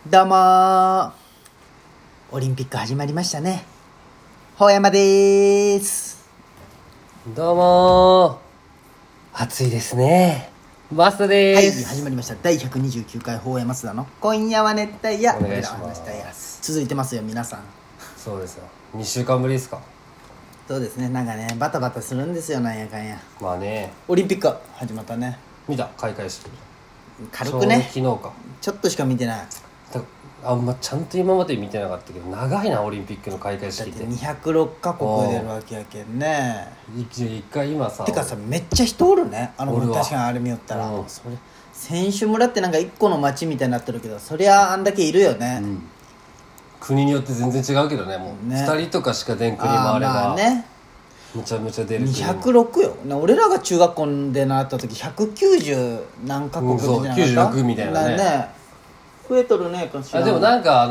どうもー、オリンピック始まりましたね。ほうやまでーす。 どうもー、暑いですね。マスタではい、 ーす。 始まりました。第129回ほうやますだの今夜は熱帯夜。 お願いします俺らは話したいや続いてますよ、皆さん。 そうですよ。2週間ぶりですか。 そうですね、なんかね、バタバタするんですよ、なんやかんや。 まあね、 オリンピック始まったね。 見た開会式。 軽くね、 ちょうど昨日か。 ちょっとしか見てない。 あんまちゃんと今まで見てなかったけど、長いな、オリンピックの開会だって式って。 206カ国出るわけやけんね。 一回今さ、 てかさ、めっちゃ人おるね。 おるわ確かにあれ見よったら、 うんそれ選手村ってなんか一個の町みたいになってるけど、そりゃあんだけいるよね。 国によって全然違うけどね、もうね 2人とかしか出ん国もあれば、 まあね、 むちゃむちゃ出る国も。 206よね。俺らが中学校で習った時190何カ国じゃなかった、 そう96みたいなね増えとるね。 あ、でもなんか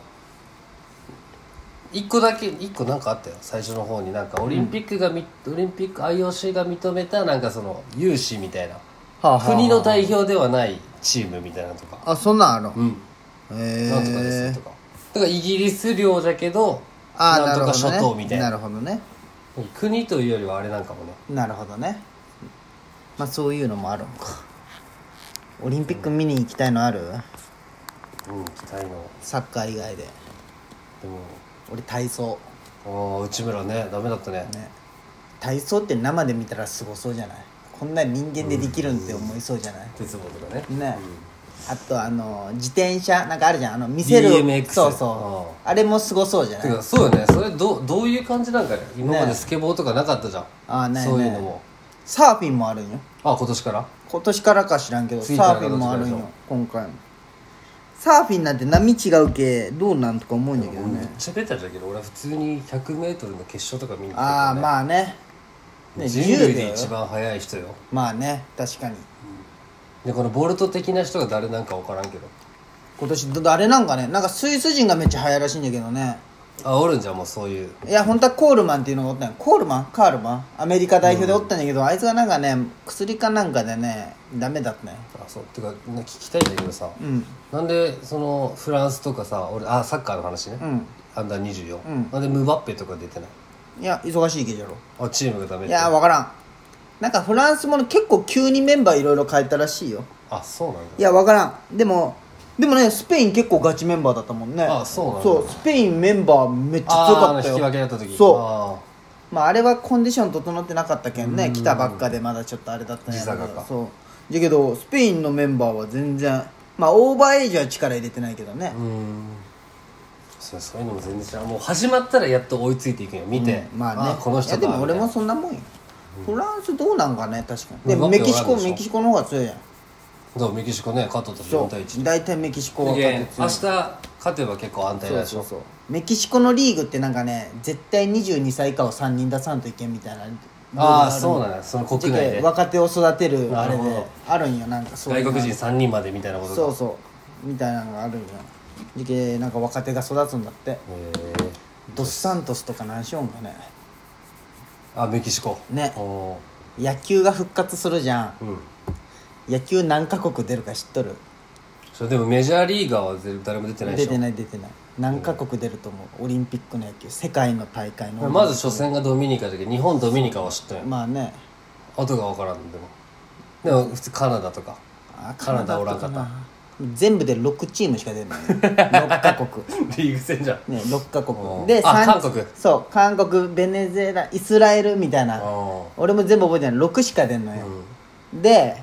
一個なんかあったよ、最初の方に。なんかオリンピック IOC が認めたなんかその有志みたいな、 はあはあ国の代表ではないチームみたいなとか、 あ、そんなんあるの。 なんとかですよとか、だからイギリス領だけどああ、 なんとか諸なるほどね。 島みたいななるほどね。 国というよりはあれなんかもね。 なるほどね。まあそういうのもあるのか。オリンピック見に行きたいのある？ 期待の。 サッカー以外で。 でも俺体操内村ね、ダメだったね。 ね。体操って生で見たらすごそうじゃない？こんな人間でできるんって思いそうじゃない？ 鉄棒とかね。 ね、あと自転車なんかあるじゃん、見せる BMX。 そうそうあれもすごそうじゃない？ てかそうよね、それどういう感じなんかね。今までスケボーとかなかったじゃん。 ないそういうのも。 サーフィンもあるんよ。 今年から今年からか知らんけどサ次からーフィンもあるんよどっちか今回も。サーフィンなんて波違うけどうなんとか思うんだけどめっね。 ちゃベタだけど、俺は普通に 100m の決勝とか見に行ったけど、ね、 ああまあね人類で一番速い人よ。 まあね、確かにでこのボルト的な人が誰なんか分からんけど、 今年あれなんかね、なんかスイス人がめっちゃ速いらしいんだけどね。 おるんじゃん、もうそういう。 いや本当はコールマンっていうのがおったんや。カールマンアメリカ代表でおったんやけど、あいつがなんかね薬かなんかでねダメだったね。 そうてか聞きたいんだけどさ、なんでそのフランスとかさ、俺サッカーの話ね、アンダー24、なんでムバッペとか出てない？ いや忙しいけどやろ。 チームがダメって。 いや分からん。なんかフランスも結構急にメンバーいろいろ変えたらしいよ。 そうなんだ。 いや分からん。でもね、スペイン結構ガチメンバーだったもんね。 そうなんだ。 そう、スペインメンバーめっちゃ強かったよ。 引き分けだった時。 まああれはコンディション整ってなかったけんね、来たばっかでまだちょっとあれだったんやけど。 時差がか。 そうだけどスペインのメンバーは全然、まあオーバーエイジは力入れてないけどね。 そういうのも全然知らん。もう始まったらやっと追いついていくよ、見て。 まあね、 この人いやでも俺もみそんなもんよ。フランスどうなんかね、確かに。でうんメキシコわかんないでしょの方が強いやん。 たいな。メキシコね、勝っとったしそ 4対1 う大体メキシコが勝って強い。 明日勝てば結構安泰なんでしょ。 そうメキシコのリーグってなんかね、絶対22歳以下を3人出さんといけんみたいな。 そうなんだ。その国内で若手を育てるあれでなるほどあるんよ。なんかそういうの外国人3人までみたいなことか。 そうみたいなのがあるんよ。じけなんか若手が育つんだって。ドスサントスとか何しようんかね。 メキシコね、野球が復活するじゃん。野球何カ国出るか知っとる？ それでもメジャーリーガーは誰も出てないでしょ。 出てない。何カ国出ると思う？オリンピックの野球、世界の大会の。 まず初戦がドミニカだけど、日本ドミニカは知ったよ。 まあね、 あとが分からん。でも普通カナダとか。カナダおらんかった。 全部で6チームしか出ない6カ国リーグ戦じゃんね。6カ国で韓国。 そう韓国、ベネズエラ、イスラエルみたいな。俺も全部覚えてない。6しか出んのよ。で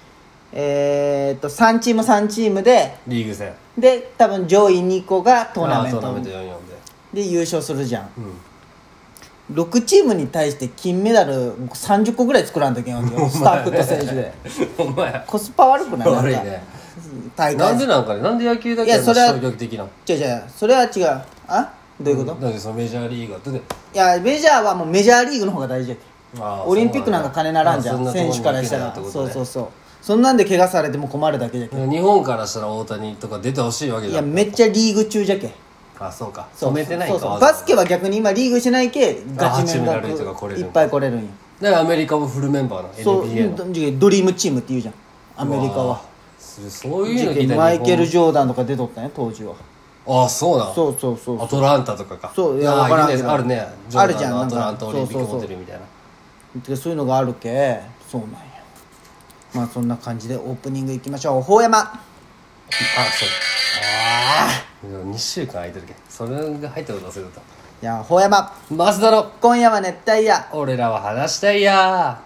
3チーム3チームでリーグ戦で多分上位2個がトーナメント 4-4 で優勝するじゃん。6チームに対して金メダル30個ぐらい作らんといけんわけよスタッフと選手で。 お前コスパ悪くない？ 悪いね。 大会なんでなんかね、なんで野球だけ消極的なの？ 違うそれは違う。どういうこと？ なんでそのメジャーリーガーっていやメジャーはもうメジャーリーグの方が大事やけ。オリンピックなんか金ならんじゃん、選手からしたら。そうそんなんで怪我されても困るだけじゃけ。 日本からしたら大谷とか出てほしいわけじゃん。 いやめっちゃリーグ中じゃけ。 そうか、染めてないか。 バスケは逆に今リーグしてないけガチメンバーいっぱい来れるんよ。 だからアメリカもフルメンバーな NBA のドリームチームって言うじゃんアメリカは。 そういうの聞いたらマイケル・ジョーダンとか出とったね当時は。 ああそうなん。 そうそうそうアトランタとかか。 そう、いや分からんけどあるね、 あるじゃん、 アトランタオリンピックホテルみたいな。 そういうのがあるけ、そうなんや。まあそんな感じでオープニングいきましょう。法山。 あ、そうああ2週間空いてるけん、それが入ったこと忘れた。 いや、法山増田の今夜は熱帯夜。 俺らは話したいや。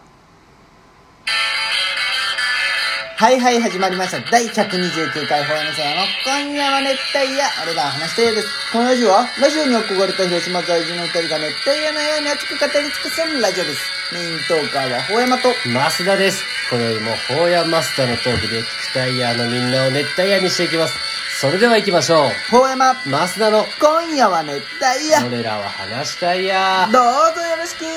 はいはい、始まりました。第129回法山さんの今夜は熱帯夜、俺らは話したいです。このラジオはラジオに憧れた広島在住の2人が熱帯夜のように熱く語り尽くすラジオです。メイントーカーは法山と増田です。今宵も法山増田のトークで聞きたいやのみんなを熱帯夜にしていきます。それでは行きましょう。 法山増田の今夜は熱帯夜、 俺らは話したいや。 どうぞよろしく。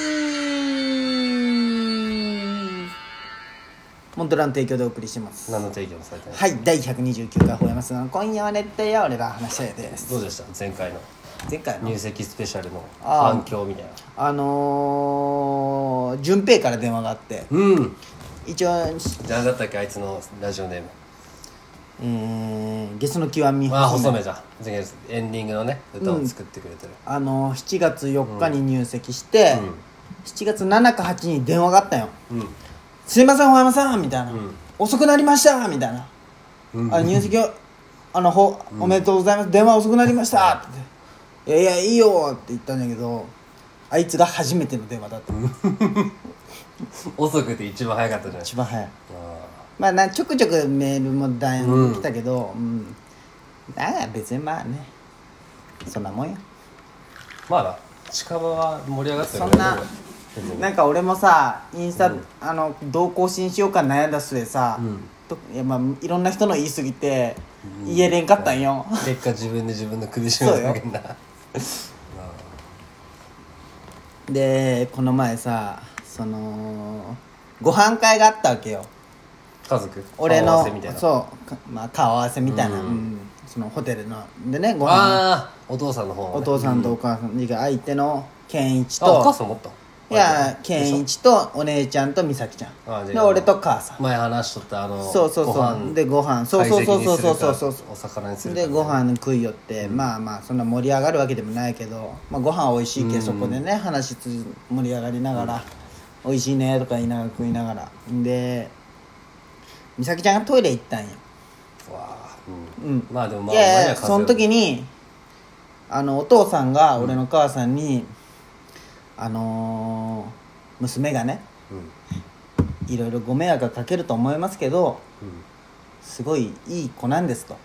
モントラン提供でお送りします。 何の提供もされてない。 はい、第129回法山さんの今夜は熱帯夜、俺らは話したいです。 どうでした？前回の入籍スペシャルの反響みたいな。 順平から電話があって、一応何だったっけあいつのラジオネーム、ゲスの極み細めじゃん。エンディングのね歌を作ってくれてる。 7月4日に入籍して、7月7か8に電話があったよ。すいません法山さんみたいな、遅くなりましたみたいな、入籍をおめでとうございます、電話遅くなりましたって、いやいいよって言ったんだけど、あいつが初めての電話だった。 遅くて一番早かったじゃない。 一番早い。まあちょくちょくメールも来たけど、だから別にまあね、そんなもんや。 まあ近場は盛り上がってる。 そんななんか俺もさインスタ、どう更新しようか悩んだ末さ、いろんな人の言い過ぎて言えれんかったんよ。 結果自分で自分の首絞めてあげんな。 でこの前さご飯会があったわけよ。 家族俺の顔合わせみたいな。 顔合わせみたいな、そのホテルのでね、ご飯お父さんの方、 お父さんとお母さんが相手の健一と、 お母さん持った？ いや健一とお姉ちゃんと美咲ちゃんで、俺と母さん、 前話しとったそうでご飯そうお魚にするでご飯食いよって、まあそんな盛り上がるわけでもないけど、ご飯美味しいけ、そこでね盛り上がりながら、美味しいねとか言いながら食いながらで、美咲ちゃんがトイレ行ったんよ。 まあでもいやその時にお父さんが俺の母さんに、娘がね、いろいろご迷惑がかけると思いますけど、すごいいい子なんですと、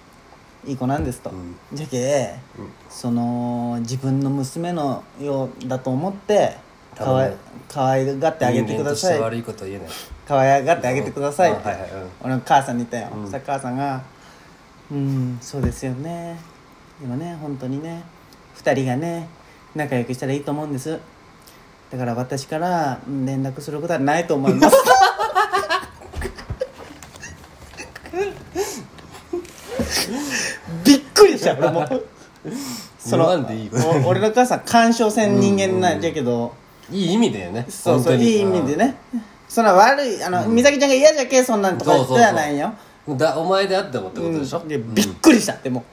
じゃけ、自分の娘のようだと思って可愛がってあげてください。 悪いこと言えない。 可愛がってあげてくださいって、俺の母さんに言ったよ。そしたら母さんがそうですよね、でもね本当にね2人がね仲良くしたらいいと思うんです、だから私から連絡することはないと思います。びっくりした俺も。俺の母さん干渉せん人間なんじゃけど、 いい意味だよね。 そういい意味でね。そんな悪い美咲ちゃんが嫌じゃけそんなんとか言ってはないよ。 お前であってもってことでしょ。 びっくりした。でも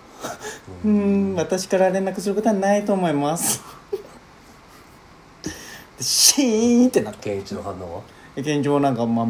私から連絡することはないと思います。シーンってなって。 健一の反応は？ 健一もなんかま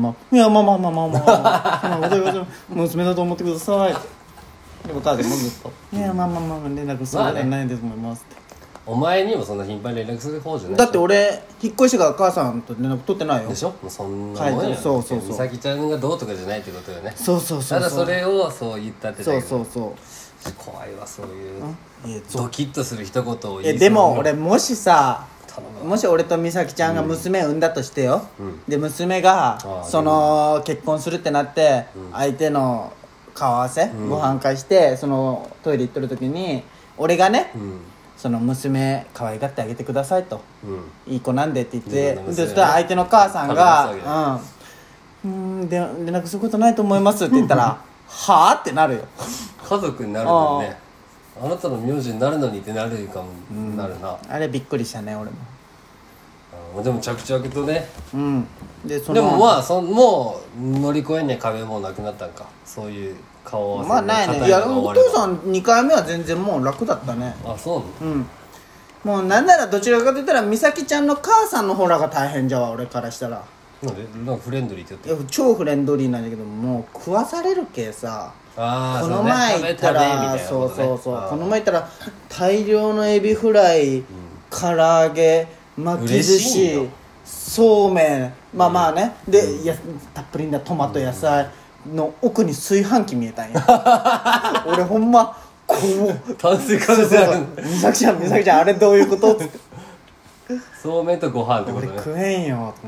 あ娘だと思ってください。でも母さんもずっと連絡することはないと思いますって。 お前にもそんな頻繁に連絡する方じゃない。 だって俺引っ越してから母さんと連絡取ってないよ。 でしょ。もうそんなもんや。 そう美咲ちゃんがどうとかじゃないってことよね。 そうただそれをそう言ったってだけど。 そう怖いわ、そういうドキッとする一言を言いそう。でも俺もし俺と美咲ちゃんが娘を産んだとしてよ、で娘が結婚するってなって、相手の顔合わせ、ご飯会してトイレ行っとる時に俺がね、その娘可愛がってあげてくださいと、いい子なんでって言って、でそしたら相手の母さんが連絡することないと思いますって言ったらはぁってなるよ。 家族になるのにね、あなたの名字になるのにってなるかもなるな。 あれびっくりしたね俺も。 でも着々とね。 うんででもまあもう乗り越えね壁もなくなったんか、そういう顔合わせまあないね。いやお父さん2回目は全然もう楽だったね。 あ、そうなの。 もうなんならどちらかと言ったら美咲ちゃんの母さんの方らが大変じゃわ俺からしたら。 なんかフレンドリーって言っていや超フレンドリーなんだけどもう食わされるけさ。この前行ったらそうそうそうこの前行ったら大量のエビフライ、唐揚げ、巻き寿司、そうめん、まあまあねで、たっぷりなトマト野菜の奥に炊飯器見えたんや俺ほんまこう炭水化物ある。 美咲ちゃんあれどういうことってそうめんとご飯ってことね。 俺食えんよと思って、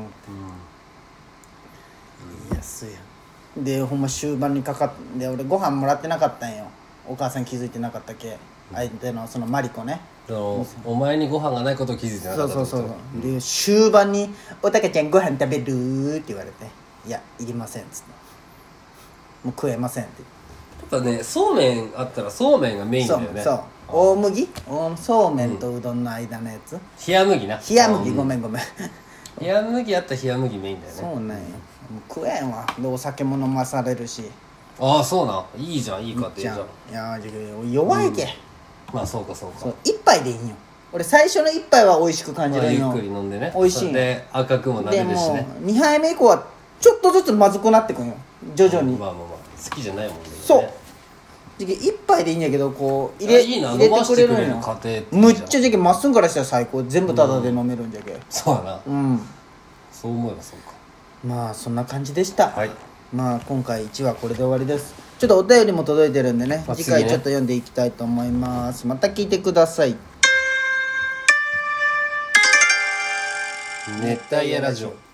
いやすやんでほんま終盤にかかって俺ご飯もらってなかったんよ。お母さん気づいてなかったけ相手のそのマリコねお前にご飯がないことを気づいてなかった。 そうで終盤に「おたけちゃんご飯食べる?」って言われて「いやいりません」っつって「もう食えません」ってやっぱねそうめんあったらそうめんがメインだよね。 そう大麦そうめんとうどんの間のやつ、 冷麦な。 冷麦ごめん冷麦あったら冷麦メインだよね。 そうなんやもう食えんわでお酒も飲まされるしああそうなんいいじゃんいい家庭じゃん。 いや弱いけ、 まあそうかそう一杯でいいんよ。俺最初の一杯は美味しく感じるんよ、 ゆっくり飲んでね美味しいんよで赤くもなれるしね。 でも2杯目以降はちょっとずつまずくなってくんよ徐々に、 まあ好きじゃないもんね。 そう一杯でいいんやけどこう入れてくれるんよ。むっちゃまっすぐからしたら最高全部タダで飲めるんじゃけ、 そうやな。そう思えばそうか。 まあそんな感じでした。 はい。 まあ今回1話これで終わりです。ちょっとお便りも届いてるんでね次回ちょっと読んでいきたいと思います。また聞いてください。 熱帯夜ラジオ。